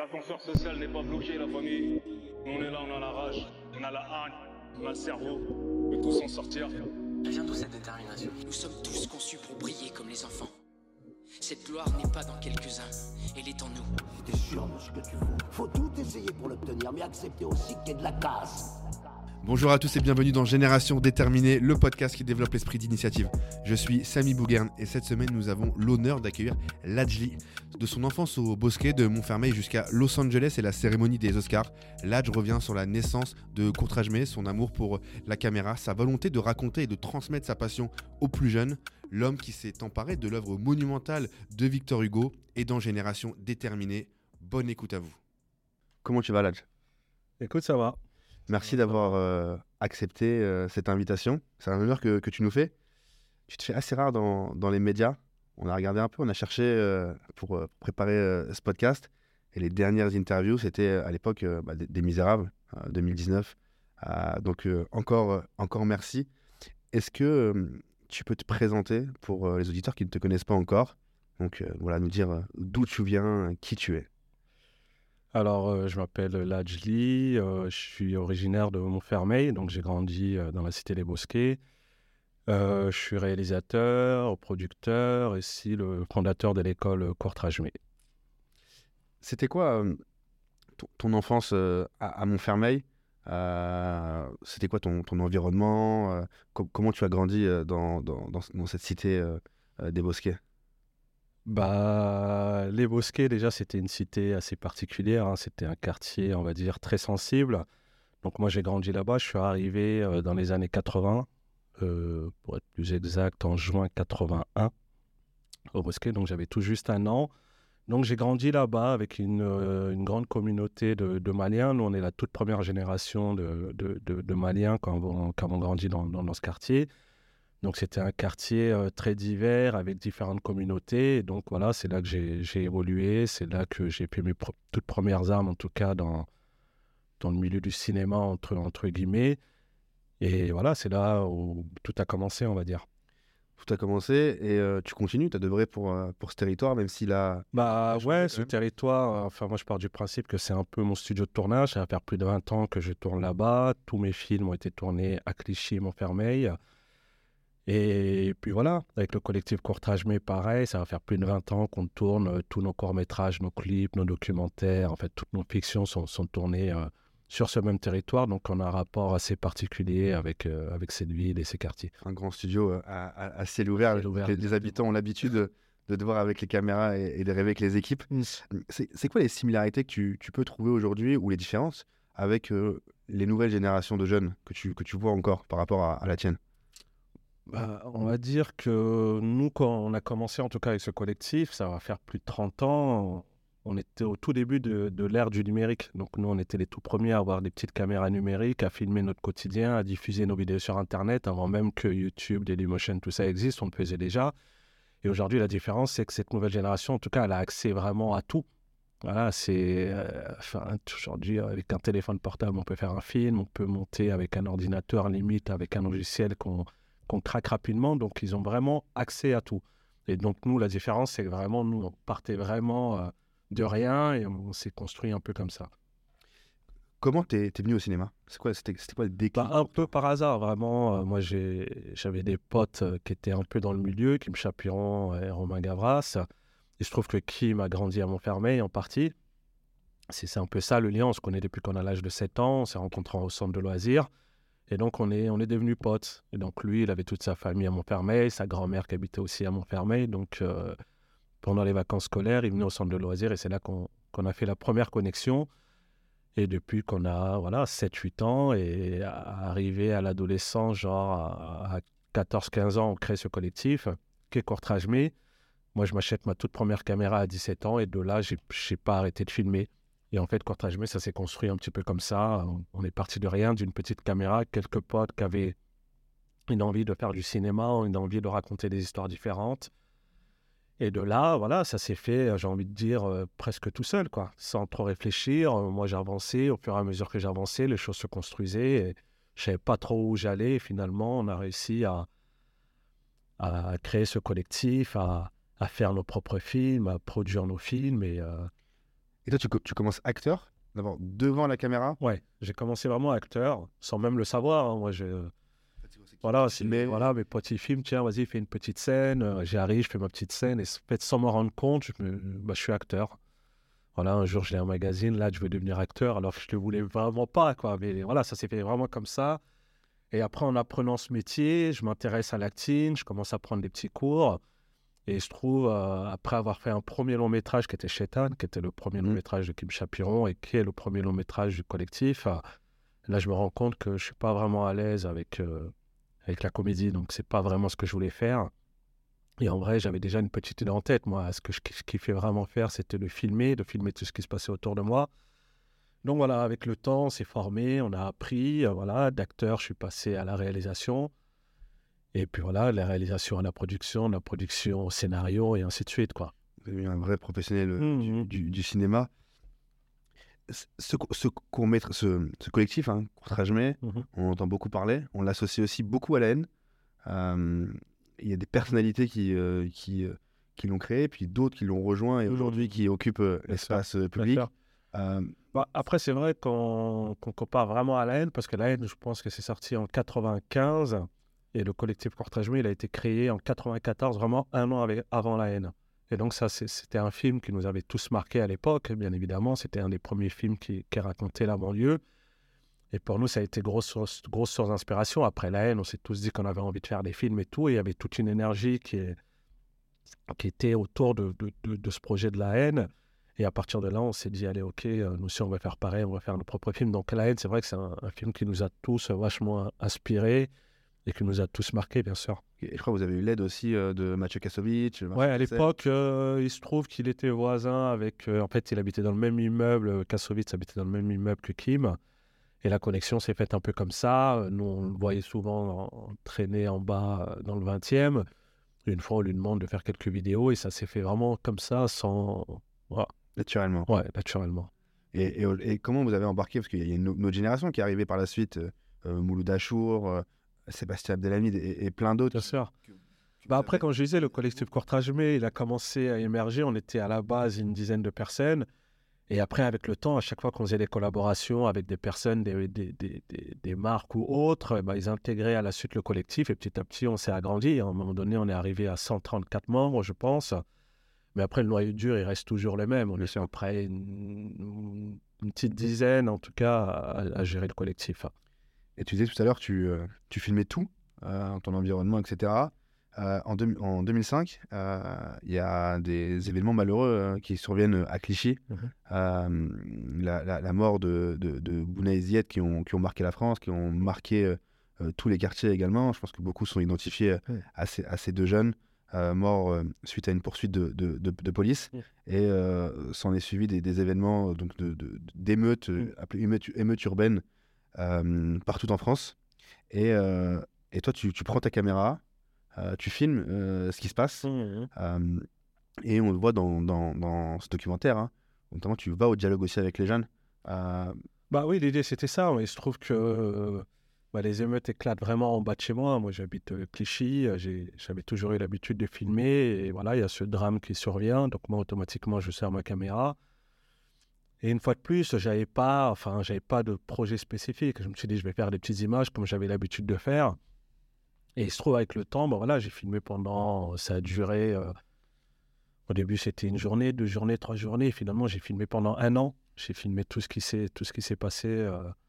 L'ascenseur social n'est pas bloqué, la famille. Nous, on est là, on a la rage, on a la haine, on a le cerveau. On peut tous s'en sortir. Elle vient d'où cette détermination? Nous sommes tous conçus pour briller comme les enfants. Cette gloire n'est pas dans quelques-uns, elle est en nous. T'es sûr de ce que tu veux. Faut tout essayer pour l'obtenir, mais accepter aussi qu'il y ait de la casse. Bonjour à tous et bienvenue dans Génération Déterminée, le podcast qui développe l'esprit d'initiative. Je suis Samy Bouguerne et cette semaine nous avons l'honneur d'accueillir Ladjli. De son enfance au Bosquet de Montfermeil jusqu'à Los Angeles et la cérémonie des Oscars, Ladj revient sur la naissance de Courtrajmé, son amour pour la caméra, sa volonté de raconter et de transmettre sa passion aux plus jeunes. L'homme qui s'est emparé de l'œuvre monumentale de Victor Hugo est dans Génération Déterminée. Bonne écoute à vous. Comment tu vas, Ladj ? Écoute, ça va. Merci d'avoir accepté cette invitation. C'est un honneur que tu nous fais. Tu te fais assez rare dans les médias. On a regardé un peu, on a cherché pour préparer ce podcast. Et les dernières interviews, c'était à l'époque des Misérables, 2019. Donc encore merci. Est-ce que tu peux te présenter pour les auditeurs qui ne te connaissent pas encore ? Donc voilà, nous dire d'où tu viens, qui tu es. Alors, je m'appelle Ladjli, je suis originaire de Montfermeil, donc j'ai grandi dans la cité des Bosquets. Je suis réalisateur, producteur et aussi le fondateur de l'école Courtrajmé. C'était quoi ton enfance à Montfermeil ? C'était quoi ton environnement ? Comment tu as grandi dans cette cité des Bosquets ? Les Bosquets, déjà, c'était une cité assez particulière, hein. C'était un quartier, on va dire, très sensible. Donc moi, j'ai grandi là-bas. Je suis arrivé dans les années 80, pour être plus exact, en juin 81, au Bosquet. Donc j'avais tout juste 1 an. Donc j'ai grandi là-bas avec une grande communauté de Maliens. Nous, on est la toute première génération de Maliens qui avons grandi dans ce quartier. Donc c'était un quartier très divers avec différentes communautés. Et donc voilà, c'est là que j'ai évolué. C'est là que j'ai fait mes toutes premières armes, en tout cas dans le milieu du cinéma, entre guillemets. Et voilà, c'est là où tout a commencé, on va dire. Tout a commencé et tu continues, tu as d'œuvrer pour ce territoire, même s'il a... Ouais, ce territoire, moi je pars du principe que c'est un peu mon studio de tournage. Ça va faire plus de 20 ans que je tourne là-bas. Tous mes films ont été tournés à Clichy, Montfermeil. Et puis voilà, avec le collectif Courtrajmé, pareil, ça va faire plus de 20 ans qu'on tourne tous nos courts-métrages, nos clips, nos documentaires. En fait, toutes nos fictions sont tournées sur ce même territoire. Donc, on a un rapport assez particulier avec cette ville et ces quartiers. Un grand studio à ciel ouvert. Les habitants ont l'habitude de te voir avec les caméras et de rêver avec les équipes. C'est quoi les similarités que tu peux trouver aujourd'hui ou les différences avec les nouvelles générations de jeunes que tu vois encore par rapport à la tienne ? On va dire que nous, quand on a commencé en tout cas avec ce collectif, ça va faire plus de 30 ans, on était au tout début de l'ère du numérique. Donc nous, on était les tout premiers à avoir des petites caméras numériques, à filmer notre quotidien, à diffuser nos vidéos sur Internet, avant même que YouTube, Dailymotion, tout ça existe, on le faisait déjà. Et aujourd'hui, la différence, c'est que cette nouvelle génération, en tout cas, elle a accès vraiment à tout. Voilà, aujourd'hui, avec un téléphone portable, on peut faire un film, on peut monter avec un ordinateur, limite avec un logiciel qu'on craque rapidement, donc ils ont vraiment accès à tout. Et donc nous, la différence, c'est que vraiment, nous, on partait vraiment de rien et on s'est construit un peu comme ça. Comment t'es venu au cinéma ? C'était quoi le déclic ? Un peu par hasard, vraiment. Moi, j'avais des potes qui étaient un peu dans le milieu, Kim Chapiron et Romain Gavras. Il se trouve que Kim a grandi à Montfermeil en partie. C'est un peu ça le lien, on se connaît depuis qu'on a l'âge de 7 ans, on s'est rencontrés au centre de loisirs. Et donc, on est devenus potes. Et donc, lui, il avait toute sa famille à Montfermeil, sa grand-mère qui habitait aussi à Montfermeil. Donc, pendant les vacances scolaires, il venait au centre de loisirs et c'est là qu'on a fait la première connexion. Et depuis qu'on a 7-8 ans et arrivé à l'adolescence, genre à 14-15 ans, on crée ce collectif qui est Courtrajmé. Moi, je m'achète ma toute première caméra à 17 ans et de là, je n'ai pas arrêté de filmer. Et en fait, Courtrajmé, ça s'est construit un petit peu comme ça. On est parti de rien, d'une petite caméra, quelques potes qui avaient une envie de faire du cinéma, une envie de raconter des histoires différentes. Et de là, voilà, ça s'est fait, j'ai envie de dire, presque tout seul, quoi, sans trop réfléchir. Moi, j'ai avancé. Au fur et à mesure que j'avançais, les choses se construisaient. Et je ne savais pas trop où j'allais. Et finalement, on a réussi à créer ce collectif, à faire nos propres films, à produire nos films. Et toi, tu commences acteur, d'abord devant la caméra. Ouais, j'ai commencé vraiment acteur, sans même le savoir. Hein. Moi, voilà, voilà, mes potes ils filment, tiens, vas-y, fais une petite scène. J'arrive, je fais ma petite scène, et en fait, sans m'en rendre compte, je suis acteur. Voilà, un jour, je l'ai un magazine, là, je veux devenir acteur, alors que je ne le voulais vraiment pas, quoi. Mais voilà, ça s'est fait vraiment comme ça. Et après, en apprenant ce métier, je m'intéresse à l'acting, je commence à prendre des petits cours. Et je trouve, après avoir fait un premier long métrage qui était Shaitan, qui était le premier long métrage de Kim Chapiron et qui est le premier long métrage du collectif, là, je me rends compte que je ne suis pas vraiment à l'aise avec la comédie. Donc, ce n'est pas vraiment ce que je voulais faire. Et en vrai, j'avais déjà une petite idée en tête. Moi, ce que je kiffais vraiment faire, c'était de filmer tout ce qui se passait autour de moi. Donc voilà, avec le temps, on s'est formé, on a appris. Voilà, d'acteur, je suis passé à la réalisation. Et puis voilà, la réalisation à la production au scénario, et ainsi de suite, quoi. Vous avez eu un vrai professionnel du cinéma. Ce collectif, hein, Courtrage Mai, on entend beaucoup parler. On l'associe aussi beaucoup à la haine. Il y a des personnalités qui l'ont créé, puis d'autres qui l'ont rejoint et aujourd'hui qui occupent l'espace public. Après, c'est vrai qu'on compare vraiment à la haine, parce que la haine, je pense que c'est sorti en 95, et le collectif Courtrage Mai, il a été créé en 94, vraiment un an avant la haine. Et donc ça, c'était un film qui nous avait tous marqués à l'époque, bien évidemment. C'était un des premiers films qui racontait la banlieue. Et pour nous, ça a été grosse source d'inspiration. Après la haine, on s'est tous dit qu'on avait envie de faire des films et tout. Et il y avait toute une énergie qui était autour de ce projet de la haine. Et à partir de là, on s'est dit, allez, ok, nous aussi, on va faire pareil, on va faire nos propres films. Donc la haine, c'est vrai que c'est un film qui nous a tous vachement inspirés et qui nous a tous marqués, bien sûr. Et je crois que vous avez eu l'aide aussi de Mathieu Kassovitch. Ouais, à l'époque, il se trouve qu'il était voisin avec... en fait, il habitait dans le même immeuble, Kassovitch habitait dans le même immeuble que Kim. Et la connexion s'est faite un peu comme ça. Nous, on le voyait souvent traîner en bas dans le 20e. Une fois, on lui demande de faire quelques vidéos et ça s'est fait vraiment comme ça, sans... Voilà. Naturellement. Ouais, naturellement. Et comment vous avez embarqué? Parce qu'il y a une autre génération qui est arrivée par la suite, Mouloud Achour, Sébastien Abdelhamid et plein d'autres. Bien sûr. Après, comme je disais, le collectif Courtrage Mai, il a commencé à émerger. On était à la base une dizaine de personnes. Et après, avec le temps, à chaque fois qu'on faisait des collaborations avec des personnes, des marques ou autres, ils intégraient à la suite le collectif. Et petit à petit, on s'est agrandi. À un moment donné, on est arrivé à 134 membres, je pense. Mais après, le noyau dur, il reste toujours le même. On est à peu près une petite dizaine, en tout cas, à gérer le collectif. Et tu disais tout à l'heure, tu filmais tout, ton environnement, etc. En 2005, il y a des événements malheureux qui surviennent à Clichy. La mort de Bouna Zied qui ont marqué la France, qui ont marqué tous les quartiers également. Je pense que beaucoup sont identifiés à ces deux jeunes morts suite à une poursuite de police. Et s'en est suivi des événements d'émeutes, appelées émeutes urbaines, partout en France. Et toi, tu prends ta caméra, tu filmes ce qui se passe, et on le voit dans ce documentaire, hein, notamment tu vas au dialogue aussi avec les jeunes. Oui, l'idée c'était ça. Il se trouve que les émeutes éclatent vraiment en bas de chez moi. Moi, j'habite Clichy, j'avais toujours eu l'habitude de filmer, et voilà, il y a ce drame qui survient, donc moi, automatiquement, je sers ma caméra. Et une fois de plus, j'avais pas de projet spécifique. Je me suis dit, je vais faire des petites images comme j'avais l'habitude de faire. Et il se trouve, avec le temps, j'ai filmé ça a duré, au début, c'était une journée, 2 journées, 3 journées. Et finalement, j'ai filmé pendant 1 an. J'ai filmé tout ce qui s'est passé.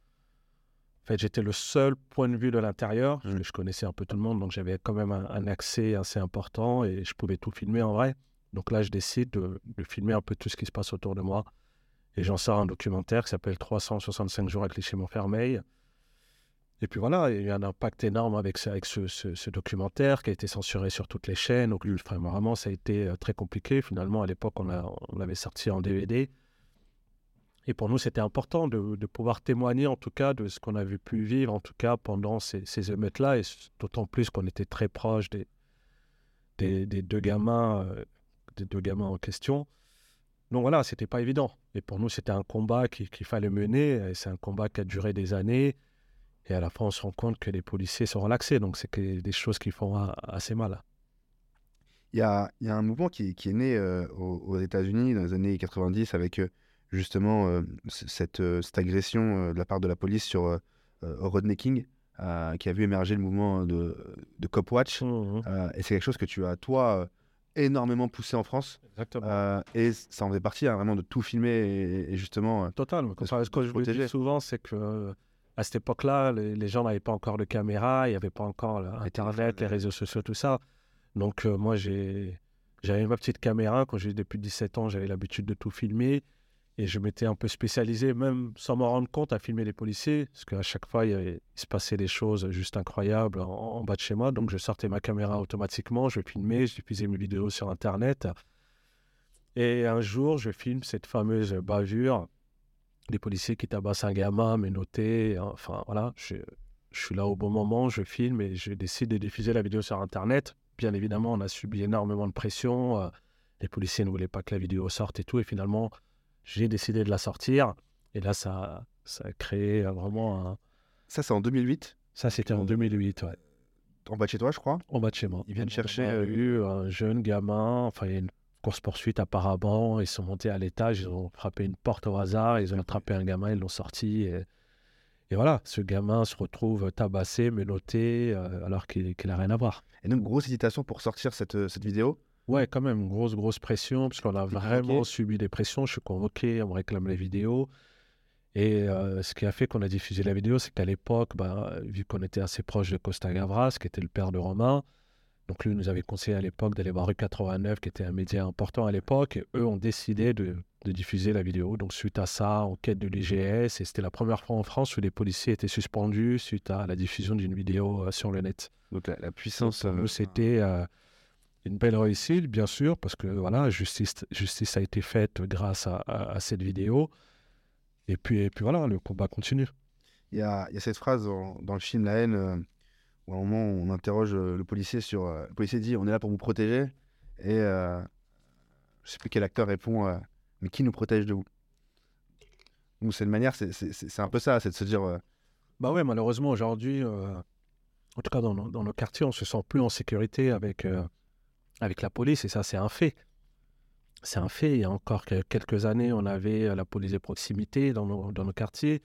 En fait, j'étais le seul point de vue de l'intérieur. Je connaissais un peu tout le monde, donc j'avais quand même un accès assez important et je pouvais tout filmer en vrai. Donc là, je décide de filmer un peu tout ce qui se passe autour de moi. Et j'en sors un documentaire qui s'appelle 365 jours à Clichy-Montfermeil. Et puis voilà, il y a eu un impact énorme avec ce documentaire qui a été censuré sur toutes les chaînes. Donc vraiment, ça a été très compliqué. Finalement, à l'époque, on l'avait sorti en DVD. Et pour nous, c'était important de pouvoir témoigner, en tout cas, de ce qu'on avait pu vivre, en tout cas, pendant ces émeutes-là. Et d'autant plus qu'on était très proches des deux gamins en question. Donc voilà, c'était pas évident. Et pour nous, c'était un combat qu'il fallait mener. Et c'est un combat qui a duré des années. Et à la fin, on se rend compte que les policiers sont relaxés. Donc c'est des choses qui font assez mal. Il y a un mouvement qui est né aux États-Unis dans les années 90 avec justement cette agression de la part de la police sur Rodney King, qui a vu émerger le mouvement de Copwatch. Et c'est quelque chose que tu as, toi, énormément poussé en France. Exactement. Et ça en faisait partie, hein, vraiment, de tout filmer et justement... Total. Ce que je le dis souvent, c'est que à cette époque-là, les gens n'avaient pas encore de caméra, il n'y avait pas encore Internet, les réseaux sociaux, tout ça. Donc moi, j'avais ma petite caméra. Quand j'ai depuis 17 ans, j'avais l'habitude de tout filmer. Et je m'étais un peu spécialisé, même sans m'en rendre compte, à filmer les policiers. Parce qu'à chaque fois, il se passait des choses juste incroyables en bas de chez moi. Donc je sortais ma caméra automatiquement, je filmais, je diffusais mes vidéos sur Internet. Et un jour, je filme cette fameuse bavure des policiers qui tabassent un gamin, menotté. Enfin voilà, je suis là au bon moment, je filme et je décide de diffuser la vidéo sur Internet. Bien évidemment, on a subi énormément de pression. Les policiers ne voulaient pas que la vidéo sorte et tout. Et finalement, j'ai décidé de la sortir. Et là, ça a créé vraiment un... Ça, c'est en 2008. Ça, c'était en 2008, ouais. En bas de chez toi, je crois. En bas de chez moi. Ils viennent chercher... Il y a eu un jeune gamin, enfin, il y a une course-poursuite apparemment. Ils sont montés à l'étage, ils ont frappé une porte au hasard, ils ont attrapé un gamin, ils l'ont sorti. Et voilà, ce gamin se retrouve tabassé, menotté, alors qu'il n'a rien à voir. Et donc, grosse hésitation pour sortir cette vidéo. Ouais, quand même, grosse pression, parce qu'on a vraiment subi des pressions. Je suis convoqué, on me réclame les vidéos. Et ce qui a fait qu'on a diffusé la vidéo, c'est qu'à l'époque, vu qu'on était assez proche de Costa Gavras, qui était le père de Romain, donc lui nous avait conseillé à l'époque d'aller voir Rue 89, qui était un média important à l'époque, et eux ont décidé de diffuser la vidéo. Donc suite à ça, enquête de l'IGS, et c'était la première fois en France où les policiers étaient suspendus suite à la diffusion d'une vidéo sur le net. Donc la puissance... Donc, pour nous, c'était... une belle réussite, bien sûr, parce que voilà, justice a été faite grâce à cette vidéo. Et puis voilà, le combat continue. Il y a cette phrase dans le film La haine, où à un moment on interroge le policier sur... le policier dit « On est là pour vous protéger ». Et je ne sais plus quel acteur répond « Mais qui nous protège de vous ?» Donc c'est une manière, c'est un peu ça, c'est de se dire... Bah ouais, malheureusement aujourd'hui, en tout cas dans nos quartiers, on ne se sent plus en sécurité avec la police, et ça, c'est un fait. C'est un fait. Il y a encore quelques années, on avait la police de proximité dans nos quartiers.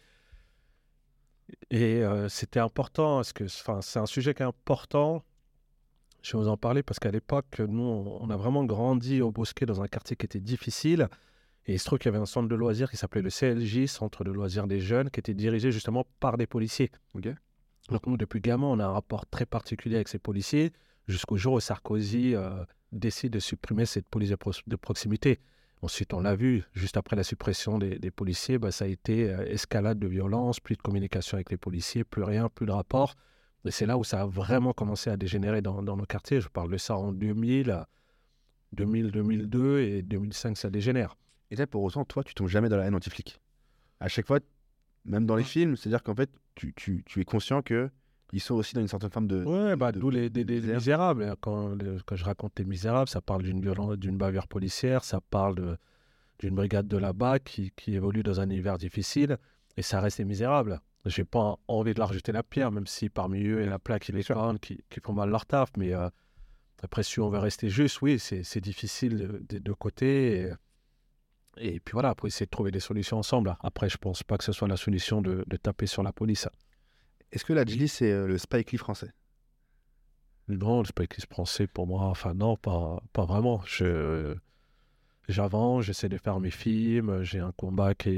Et c'était important, parce que c'est un sujet qui est important. Je vais vous en parler, parce qu'à l'époque, nous, on a vraiment grandi au Bosquet, dans un quartier qui était difficile. Et il se trouve qu'il y avait un centre de loisirs qui s'appelait le CLJ, Centre de loisirs des jeunes, qui était dirigé justement par des policiers. Okay. Donc nous, depuis gamin, on a un rapport très particulier avec ces policiers, jusqu'au jour où Sarkozy décide de supprimer cette police de proximité. Ensuite, on l'a vu, juste après la suppression des policiers, ça a été escalade de violence, plus de communication avec les policiers, plus rien, plus de rapport. Et c'est là où ça a vraiment commencé à dégénérer dans nos quartiers. Je parle de ça en 2000, 2002 et 2005, ça dégénère. Et là, pour autant, toi, tu tombes jamais dans la haine anti-flic. À chaque fois, même dans les films, c'est-à-dire qu'en fait, tu es conscient que ils sont aussi dans une certaine forme de... Ouais, d'où les Misérables. Quand je raconte Les Misérables, ça parle d'une bavure policière, ça parle d'une brigade de la BAC qui évolue dans un univers difficile, et ça reste Les Misérables. J'ai pas envie de leur jeter la pierre, même si parmi eux, il y en a plein qui les cornent, qui font mal leur taf, mais après, si on veut rester juste, oui, c'est difficile des deux côtés, et puis voilà, pour essayer de trouver des solutions ensemble. Après, je pense pas que ce soit la solution de taper sur la police. Est-ce que Ladjli, c'est le Spike Lee français? Non, le Spike Lee français, pour moi, enfin non, pas vraiment. J'avance, j'essaie de faire mes films, j'ai un combat qui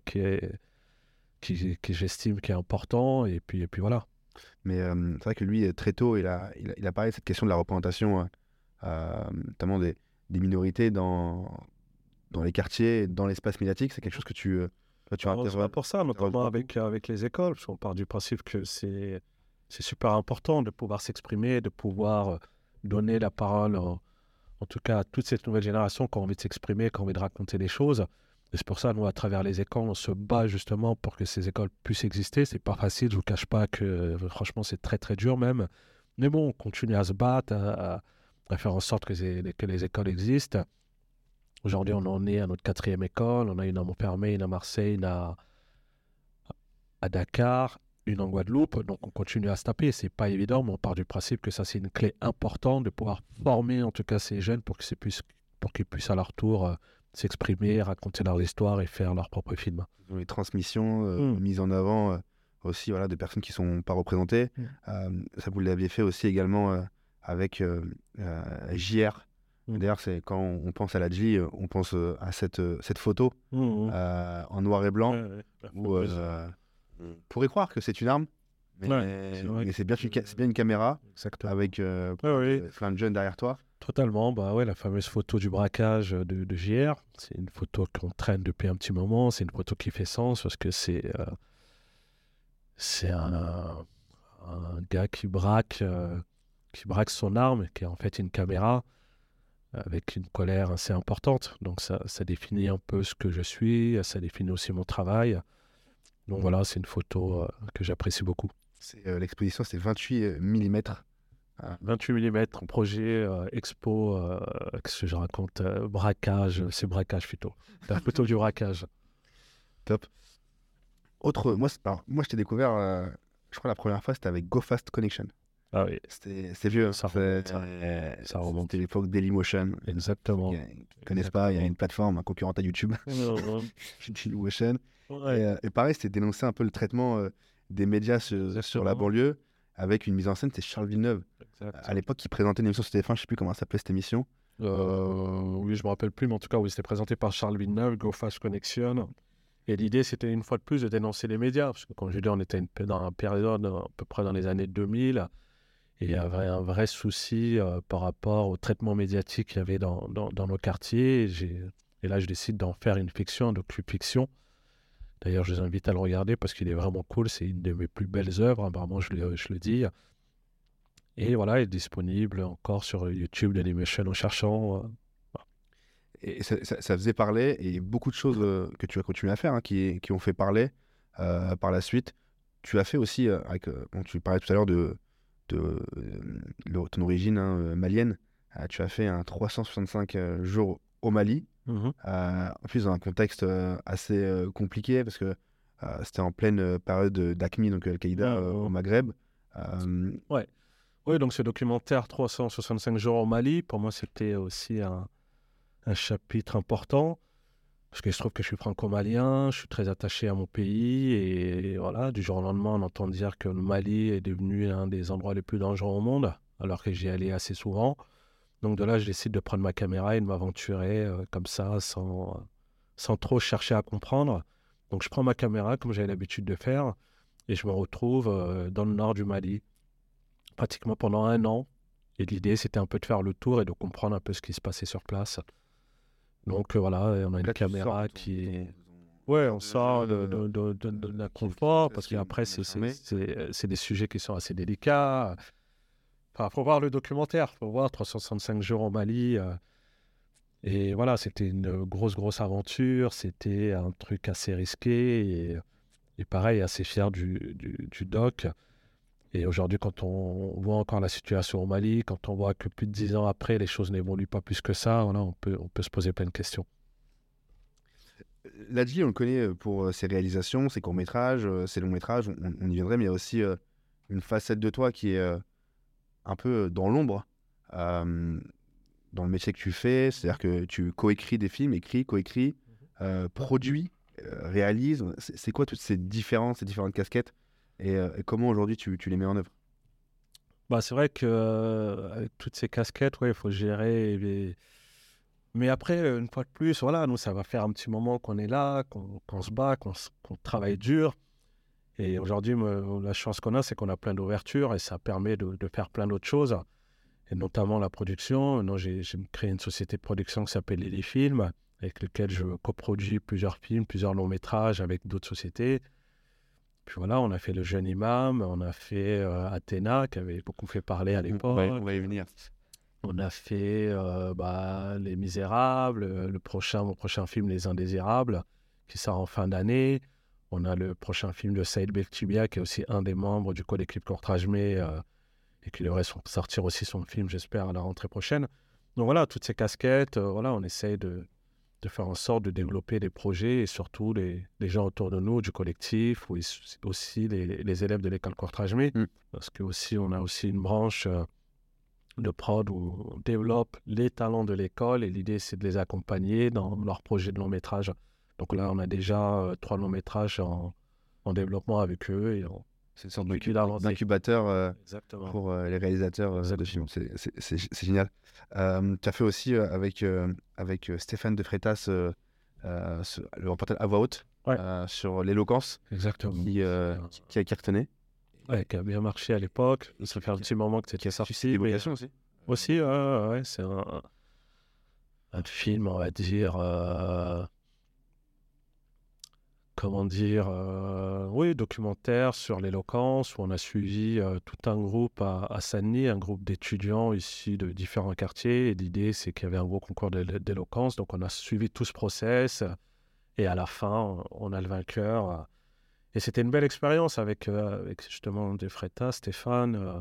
j'estime qui est important, et puis voilà. Mais c'est vrai que lui, très tôt, il a parlé de cette question de la représentation, notamment des minorités dans les quartiers, dans l'espace médiatique. C'est quelque chose que tu c'est pas pour ça, notamment avec les écoles, parce qu'on part du principe que c'est super important de pouvoir s'exprimer, de pouvoir donner la parole, en tout cas à toute cette nouvelle génération qui a envie de s'exprimer, qui a envie de raconter des choses. Et c'est pour ça, nous, à travers les écoles, on se bat justement pour que ces écoles puissent exister. C'est pas facile, je vous cache pas que franchement, c'est très très dur même. Mais bon, on continue à se battre, à faire en sorte que les écoles existent. Aujourd'hui, on en est à notre 4e école. On a une à Montfermeil, une à Marseille, une à Dakar, une en Guadeloupe. Donc, on continue à se taper. C'est pas évident, mais on part du principe que ça, c'est une clé importante de pouvoir former, en tout cas, ces jeunes pour qu'ils puissent à leur tour s'exprimer, raconter leur histoire et faire leur propre film. Les transmissions, mises en avant aussi de personnes qui ne sont pas représentées. Ça, vous l'aviez fait aussi également avec JR. D'ailleurs, c'est quand on pense à Ladji, on pense à cette photo en noir et blanc, où on pourrait croire que c'est une arme, mais c'est bien une caméra. Exactement. Avec plein de jeunes derrière toi. Totalement, la fameuse photo du braquage de JR, c'est une photo qu'on traîne depuis un petit moment, c'est une photo qui fait sens parce que c'est un gars qui braque son arme, qui est en fait une caméra, avec une colère assez importante. Donc ça définit un peu ce que je suis, ça définit aussi mon travail. Donc voilà, c'est une photo que j'apprécie beaucoup. L'exposition, c'est 28 mm. 28 mm, un projet expo, qu'est-ce que je raconte, braquage, c'est braquage plutôt. La photo du braquage. Top. Moi, je t'ai découvert, je crois la première fois, c'était avec Go Fast Connection. Ah oui. C'est vieux. Ça remonte. C'était l'époque Dailymotion. Exactement. Ceux qui ne connaissent pas, il y a une plateforme, un concurrent à YouTube. Dailymotion. Ouais. Et pareil, c'était dénoncer un peu le traitement des médias sur la banlieue, avec une mise en scène, c'est Charles Villeneuve. À l'époque, il présentait une émission sur TF1, je ne sais plus comment ça s'appelait cette émission. Oui, je me rappelle plus, mais en tout cas, oui, c'était présenté par Charles Villeneuve, Go Fast Connection. Et l'idée, c'était une fois de plus de dénoncer les médias, parce que comme je dis, on était dans une période à peu près dans les années 2000, et il y avait un vrai souci par rapport au traitement médiatique qu'il y avait dans nos quartiers. Et là, je décide d'en faire une fiction, un docu-fiction. D'ailleurs, je vous invite à le regarder parce qu'il est vraiment cool. C'est une de mes plus belles œuvres, vraiment, je le dis. Et voilà, il est disponible encore sur YouTube, Dailymotion, en cherchant. Et ça faisait parler, et beaucoup de choses que tu as continué à faire, qui ont fait parler par la suite. Tu as fait aussi, tu parlais tout à l'heure de ton origine malienne. Tu as fait un 365 jours au Mali. En plus dans un contexte assez compliqué parce que c'était en pleine période d'AQMI, donc Al-Qaïda au Maghreb. Oui, donc ce documentaire 365 jours au Mali, pour moi c'était aussi un chapitre important parce que je trouve que je suis franco-malien, je suis très attaché à mon pays et voilà, du jour au lendemain on entend dire que le Mali est devenu un des endroits les plus dangereux au monde alors que j'y allais assez souvent. Donc de là, je décide de prendre ma caméra et de m'aventurer comme ça, sans trop chercher à comprendre. Donc je prends ma caméra, comme j'avais l'habitude de faire, et je me retrouve dans le nord du Mali, pratiquement pendant 1 an. Et l'idée, c'était un peu de faire le tour et de comprendre un peu ce qui se passait sur place. Donc voilà, on a une caméra qui est... Ouais, on sort d'un confort, parce qu'après, c'est des sujets qui sont assez délicats. Enfin, faut voir le documentaire, faut voir 365 jours au Mali. Et voilà, c'était une grosse aventure, c'était un truc assez risqué et pareil, assez fier du doc. Et aujourd'hui, quand on voit encore la situation au Mali, quand on voit que plus de 10 ans après, les choses n'évoluent pas plus que ça, voilà, on peut se poser plein de questions. Ladji, on le connaît pour ses réalisations, ses courts-métrages, ses longs-métrages, on y viendrait, mais il y a aussi une facette de toi qui est un peu dans l'ombre, dans le métier que tu fais, c'est-à-dire que tu coécris des films, coécris, produis, réalises. C'est quoi toutes ces différentes casquettes et comment aujourd'hui tu les mets en œuvre? C'est vrai qu'avec toutes ces casquettes, il faut gérer. Mais après, une fois de plus, voilà, nous, ça va faire un petit moment qu'on est là, qu'on se bat, qu'on travaille dur. Et aujourd'hui, la chance qu'on a, c'est qu'on a plein d'ouvertures et ça permet de faire plein d'autres choses, et notamment la production. Maintenant, j'ai créé une société de production qui s'appelle Lily Film, avec laquelle je coproduis plusieurs films, plusieurs longs métrages avec d'autres sociétés. Puis voilà, on a fait Le Jeune Imam, on a fait Athéna, qui avait beaucoup fait parler à l'époque. On va y venir. On a fait Les Misérables, mon prochain film Les Indésirables, qui sort en fin d'année. On a le prochain film de Saïd Beltibia, qui est aussi un des membres du collectif Courtrajmé et qui devrait sortir aussi son film, j'espère, à la rentrée prochaine. Donc voilà, toutes ces casquettes, on essaye de faire en sorte de développer des projets et surtout les gens autour de nous, du collectif, ou aussi les élèves de l'école Courtrajmé, parce que aussi, on a aussi une branche de prod où on développe les talents de l'école et l'idée, c'est de les accompagner dans leur projet de long métrage. Donc là, on a déjà 3 longs métrages en développement avec eux. C'est une sorte Puis d'avancer. d'incubateur Exactement. pour les réalisateurs de Exactement. films. C'est génial. Tu as fait aussi avec Stéphane De Freitas le reportage à voix haute Ouais. sur l'éloquence Exactement. qui a cartonné. Ouais, qui a bien marché à l'époque. Ça fait un petit moment que c'était sorti. Des vocations aussi. Aussi, ouais, c'est un film, on va dire, oui, documentaire sur l'éloquence, où on a suivi tout un groupe à Saint-Denis, un groupe d'étudiants ici de différents quartiers. Et l'idée, c'est qu'il y avait un gros concours d'éloquence. Donc, on a suivi tout ce process. Et à la fin, on a le vainqueur. Et c'était une belle expérience avec justement De Freitas, Stéphane.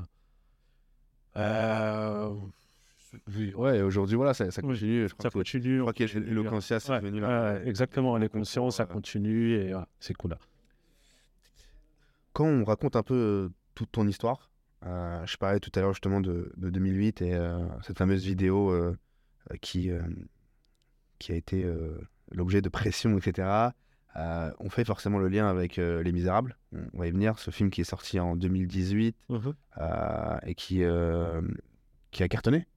Oui, ouais, aujourd'hui, voilà, ça continue. Ça continue. Je crois que l'éloquentia, c'est devenu là. Exactement, les consciences, ça continue et c'est cool. Quand on raconte un peu toute ton histoire, je parlais tout à l'heure justement de 2008 et cette fameuse vidéo qui a été l'objet de pression, etc. On fait forcément le lien avec Les Misérables. On va y venir. Ce film qui est sorti en 2018 et qui a cartonné.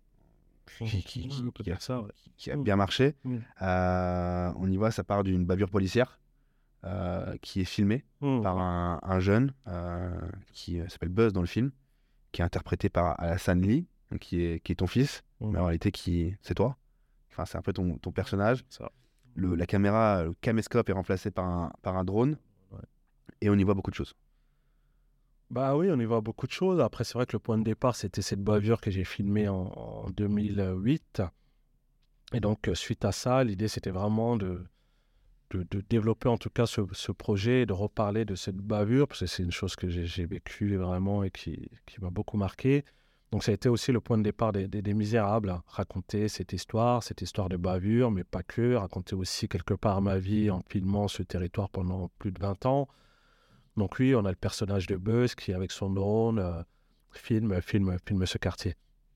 Qui a bien marché. On y voit, ça part d'une bavure policière qui est filmée par un jeune qui s'appelle Buzz dans le film, qui est interprété par Alassane Lee, donc qui est ton fils, mais en réalité c'est toi. Enfin, c'est un peu ton personnage. Ça. La caméra, le caméscope est remplacé par un drone et on y voit beaucoup de choses. Bah oui, on y voit beaucoup de choses. Après, c'est vrai que le point de départ, c'était cette bavure que j'ai filmée en 2008. Et donc, suite à ça, l'idée, c'était vraiment de développer en tout cas ce projet, de reparler de cette bavure, parce que c'est une chose que j'ai vécue vraiment et qui m'a beaucoup marqué. Donc, ça a été aussi le point de départ des Misérables, raconter cette histoire de bavure, mais pas que, raconter aussi quelque part ma vie en filmant ce territoire pendant plus de 20 ans. Donc oui, on a le personnage de Buzz qui, avec son drone, filme ce quartier.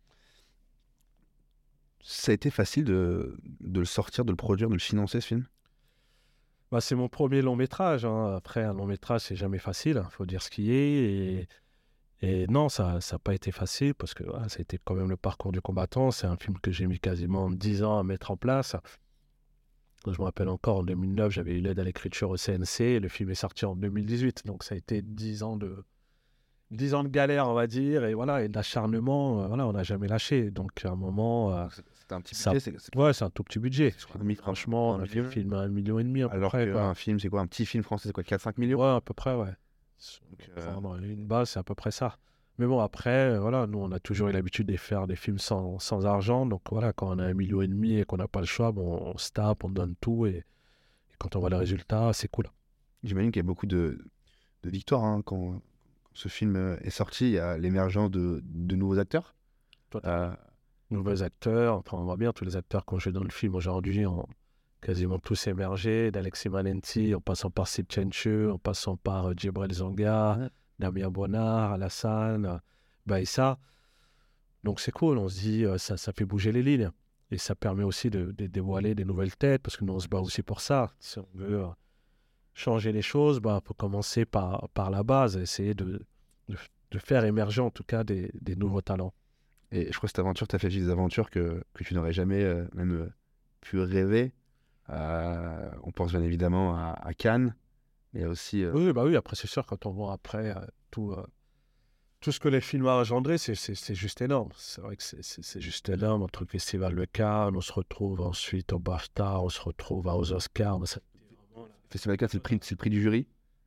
Ça a été facile de le sortir, de le produire, de le financer, ce film? Bah, c'est mon premier long métrage. Après, un long métrage, c'est jamais facile. Il faut dire ce qui est. Et non, ça n'a pas été facile parce que ça a été quand même le parcours du combattant. C'est un film que j'ai mis quasiment 10 ans à mettre en place. Je me rappelle encore, en 2009, j'avais eu l'aide à l'écriture au CNC. Et le film est sorti en 2018. Donc, ça a été 10 ans de galère, on va dire, et voilà, et d'acharnement. On n'a jamais lâché. Donc, à un moment... C'était un petit budget, ouais, c'est un tout petit budget. Franchement, on a fait le film à 1,5 million à peu près. Alors qu'un film, c'est quoi? Un petit film français, c'est quoi? 4-5 millions? Ouais, à peu près, ouais. Donc, une base, c'est à peu près ça. Mais bon, après, nous, on a toujours eu l'habitude de faire des films sans argent. Donc voilà, quand on a 1,5 million et qu'on n'a pas le choix, on se tape, on donne tout. Et quand on voit le résultat, c'est cool. J'imagine qu'il y a beaucoup de victoires. Quand ce film est sorti, il y a l'émergence de nouveaux acteurs. Nouveaux acteurs, enfin, on voit bien tous les acteurs qu'on joue dans le film aujourd'hui ont quasiment tous émergé, d'Alexis Manenti, en passant par Sip Chenchu, en passant par Djibril Zonga, Damien Bonnard, Alassane, Baïssa. Donc c'est cool, on se dit, ça fait bouger les lignes. Et ça permet aussi de dévoiler des nouvelles têtes, parce que nous, on se bat aussi pour ça. Si on veut changer les choses, il faut commencer par la base, essayer de faire émerger en tout cas des nouveaux talents. Et je crois que cette aventure t'a fait vivre des aventures que tu n'aurais jamais même pu rêver. On pense bien évidemment à Cannes, mais aussi... Oui, après c'est sûr, quand on voit après tout ce que les films ont engendré, c'est juste énorme. C'est vrai que c'est juste énorme. Entre le Festival de Cannes, on se retrouve ensuite au BAFTA, on se retrouve aux Oscars. Le Festival de Cannes, c'est le prix du jury.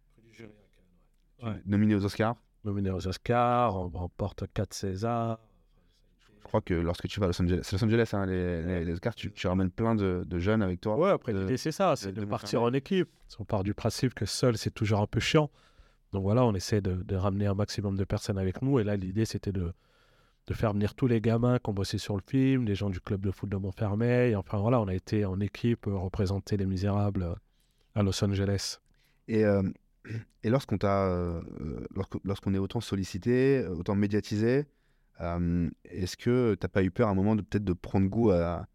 Nominé aux Oscars. Nominé aux Oscars, on remporte 4 Césars. Je crois que lorsque tu vas à Los Angeles, c'est Los Angeles, les Oscars, tu ramènes plein de jeunes avec toi. Ouais, après l'idée c'est ça, c'est de partir en équipe. On part du principe que seul c'est toujours un peu chiant. Donc voilà, on essaie de ramener un maximum de personnes avec nous. Et là, l'idée c'était de faire venir tous les gamins qui ont bossé sur le film, les gens du club de foot de Montfermeil. Enfin voilà, on a été en équipe représenter Les Misérables à Los Angeles. Et lorsqu'on est autant sollicité, autant médiatisé, Est-ce que t'as pas eu peur à un moment de peut-être de prendre goût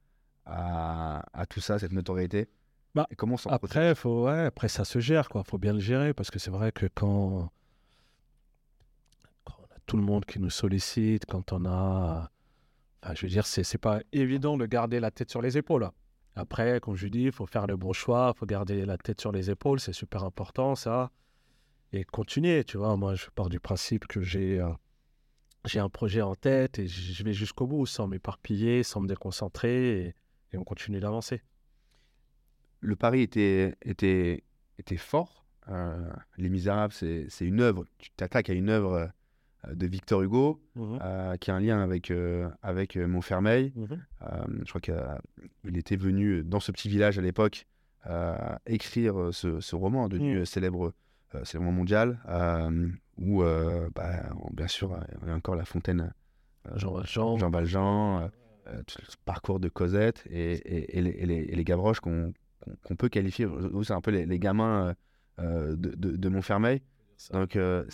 à tout ça, cette notoriété? Bah, Et comment s'en Après, après, ça se gère, quoi. Faut bien le gérer parce que c'est vrai que quand on a tout le monde qui nous sollicite, quand on a. Enfin, je veux dire, c'est pas évident de garder la tête sur les épaules, hein. Après, comme je dis, il faut faire le bon choix, il faut garder la tête sur les épaules, c'est super important, ça. Et continuer, tu vois. Moi, je pars du principe que j'ai un projet en tête et je vais jusqu'au bout sans m'éparpiller, sans me déconcentrer et on continue d'avancer. Le pari était fort. Les Misérables, c'est une œuvre. Tu t'attaques à une œuvre de Victor Hugo, qui a un lien avec Montfermeil. Je crois qu'il était venu dans ce petit village à l'époque écrire ce roman devenu célèbre mondial, où bien sûr il y a encore La Fontaine, Jean Valjean, tout le parcours de Cosette et les Gavroches qu'on peut qualifier, c'est un peu les gamins de Montfermeil. Donc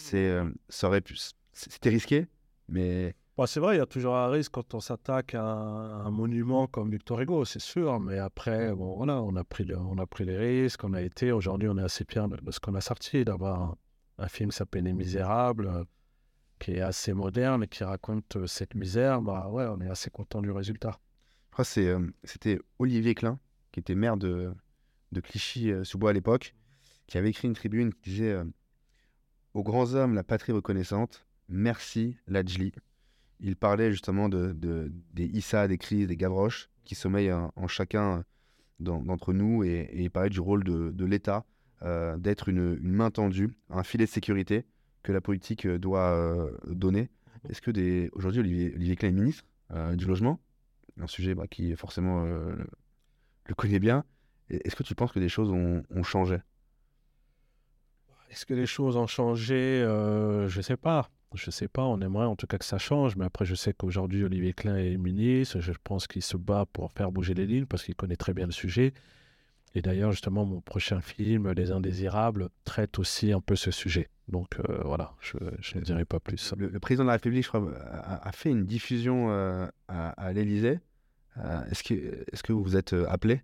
c'était risqué, mais Bon, c'est vrai, il y a toujours un risque quand on s'attaque à un monument comme Victor Hugo, c'est sûr. Mais après, bon, voilà, on a pris les risques, aujourd'hui, on est assez fiers de ce qu'on a sorti, d'avoir un film qui s'appelle Les Misérables, qui est assez moderne et qui raconte cette misère. Bah ouais, on est assez content du résultat. je crois que c'était Olivier Klein, qui était maire de Clichy-sous-Bois à l'époque, qui avait écrit une tribune qui disait aux grands hommes, la patrie reconnaissante, merci Ladjli. Il parlait justement des Issa, des Chris, des Gavroches qui sommeillent en chacun d'entre nous, et il parlait du rôle de l'État, d'être une main tendue, un filet de sécurité que la politique doit donner. Est-ce que aujourd'hui Olivier Klein est ministre du logement, un sujet qui forcément le connaît bien. Est-ce que tu penses que des choses ont changé? Est-ce que les choses ont changé? Je sais pas. Je sais pas, on aimerait en tout cas que ça change, mais après je sais qu'aujourd'hui Olivier Klein est ministre, je pense qu'il se bat pour faire bouger les lignes parce qu'il connaît très bien le sujet. Et d'ailleurs justement mon prochain film, Les Indésirables, traite aussi un peu ce sujet. Donc voilà, je ne dirai pas plus. Le président de la République, je crois, a fait une diffusion à l'Élysée. Est-ce que vous vous êtes appelé?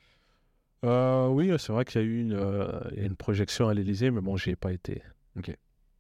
Oui, c'est vrai qu'il y a eu une projection à l'Élysée, mais bon, j'y ai pas été. Ok.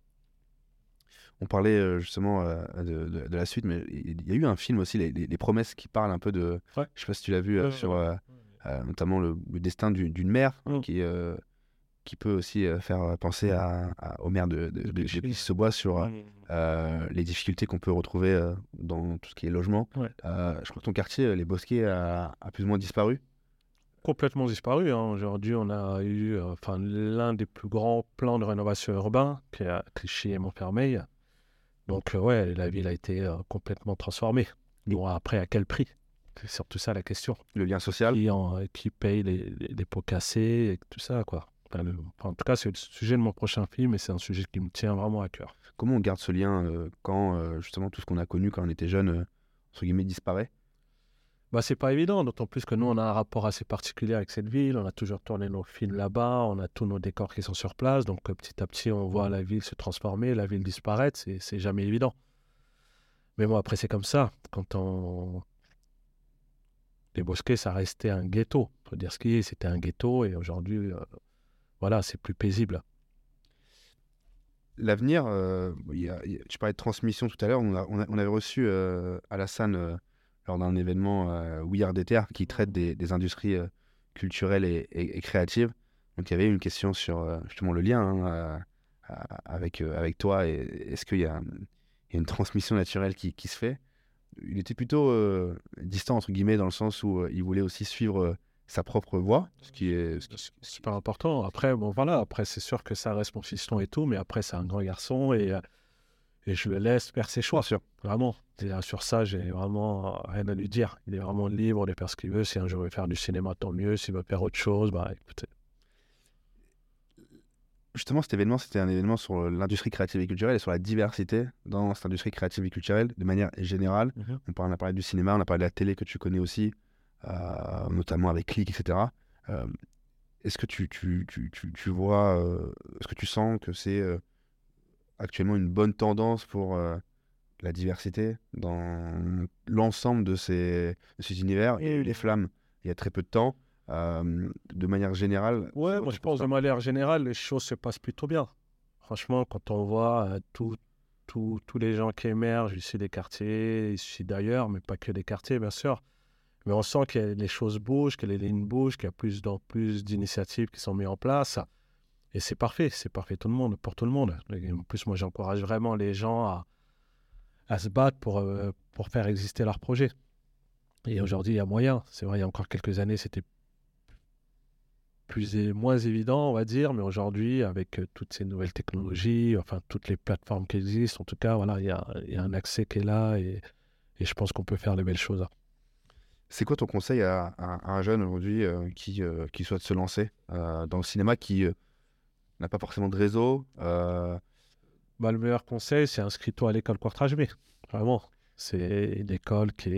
On parlait justement de la suite, mais il y a eu un film aussi, les Promesses, qui parle un peu de... Ouais. Je sais pas si tu l'as vu, sur notamment le destin d'une mère qui peut aussi faire penser au maire de Clichy-sous-Bois sur les difficultés qu'on peut retrouver dans tout ce qui est logement. Ouais. Je crois que ton quartier, les Bosquets, a plus ou moins disparu. Complètement disparu, hein. Aujourd'hui, on a eu l'un des plus grands plans de rénovation urbain, qui est à Clichy et Montfermeil. Donc, ouais, la ville a été complètement transformée. Bon, après, à quel prix? C'est surtout ça la question. Le lien social. Qui paye les pots cassés et tout ça, quoi. En tout cas, c'est le sujet de mon prochain film et c'est un sujet qui me tient vraiment à cœur. Comment on garde ce lien quand justement tout ce qu'on a connu quand on était jeune, entre guillemets, disparaît? C'est pas évident, d'autant plus que nous, on a un rapport assez particulier avec cette ville. On a toujours tourné nos films là-bas, on a tous nos décors qui sont sur place. Donc, petit à petit, on voit la ville se transformer, la ville disparaître. C'est jamais évident. Mais bon, après, c'est comme ça. Les Bosquets, ça restait un ghetto. Il faut dire ce qu'il est, c'était un ghetto. Et aujourd'hui, voilà, c'est plus paisible. L'avenir, tu parlais de transmission tout à l'heure. On avait reçu Alassane lors d'un événement We Are Déter qui traite des industries culturelles et créatives. Donc il y avait une question sur justement le lien avec toi. Est-ce qu'il y a une transmission naturelle qui se fait? Il était plutôt distant, entre guillemets, dans le sens où il voulait aussi suivre sa propre voie, ce qui est super important. Après, après c'est sûr que ça reste mon fiston et tout, mais après c'est un grand garçon et je le laisse faire ses choix. sûr. Vraiment. Et sur ça, j'ai vraiment rien à lui dire. Il est vraiment libre de faire ce qu'il veut. Si un jour il veut faire du cinéma, tant mieux. S'il veut faire autre chose, écoutez. Justement, cet événement, c'était un événement sur l'industrie créative et culturelle et sur la diversité dans cette industrie créative et culturelle de manière générale. On a parlé du cinéma, on a parlé de la télé que tu connais aussi, notamment avec Click, etc. Est-ce que tu vois, est-ce que tu sens que c'est actuellement une bonne tendance pour la diversité, dans l'ensemble de ces univers et les flammes il y a très peu de temps. De manière générale. Ouais, moi je pense de manière générale, les choses se passent plutôt bien. Franchement, quand on voit tous les gens qui émergent ici des quartiers, ici d'ailleurs, mais pas que des quartiers, bien sûr. Mais on sent que les choses bougent, que les lignes bougent, qu'il y a plus en plus d'initiatives qui sont mises en place. Et c'est parfait tout le monde, pour tout le monde. Et en plus, moi, j'encourage vraiment les gens à se battre pour faire exister leur projet. Et aujourd'hui, il y a moyen. C'est vrai, il y a encore quelques années, c'était moins évident, on va dire, mais aujourd'hui, avec toutes ces nouvelles technologies, enfin, toutes les plateformes qui existent, en tout cas, voilà, il y a un accès qui est là et je pense qu'on peut faire de belles choses. C'est quoi ton conseil à un jeune aujourd'hui qui souhaite se lancer dans le cinéma, qui n'a pas forcément de réseau Le meilleur conseil, c'est inscris-toi à l'école Courtrage B. Vraiment. C'est une école qui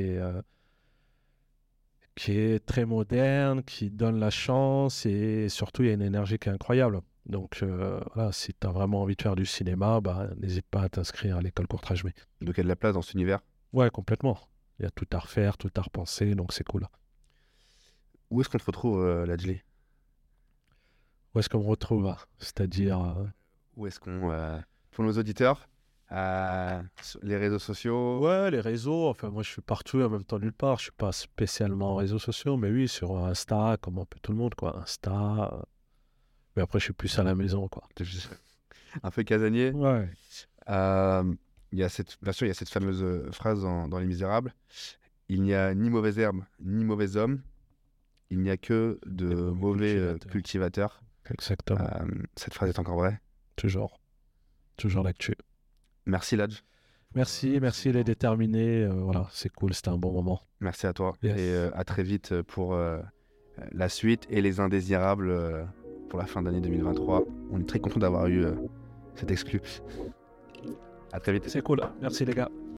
est très moderne, qui donne la chance et surtout, il y a une énergie qui est incroyable. Donc, voilà, si tu as vraiment envie de faire du cinéma, n'hésite pas à t'inscrire à l'école Courtrage B. Donc, il y a de la place dans cet univers. Ouais, complètement. Il y a tout à refaire, tout à repenser, donc c'est cool. Où est-ce qu'on te retrouve, Ladjli ? Où est-ce qu'on me retrouve ? C'est-à-dire... Où est-ce qu'on... pour nos auditeurs, les réseaux sociaux. Ouais, les réseaux. Enfin, moi, je suis partout et en même temps nulle part. Je suis pas spécialement réseaux sociaux, mais oui, sur Insta, comme un peu tout le monde, quoi. Insta. Mais après, je suis plus à la maison, quoi. Un peu casanier. Ouais. Bien sûr, il y a cette fameuse phrase dans Les Misérables. Il n'y a ni mauvaise herbe, ni mauvais homme. Il n'y a que de mauvais cultivateurs. Exactement. Cette phrase est encore vraie. Toujours l'actu. Merci, Ladj. Merci, les déterminés. Voilà, c'est cool, c'était un bon moment. Merci à toi. Yes. Et à très vite pour la suite et les indésirables pour la fin d'année 2023. On est très content d'avoir eu cet exclu. À très vite. C'est cool. Merci, les gars.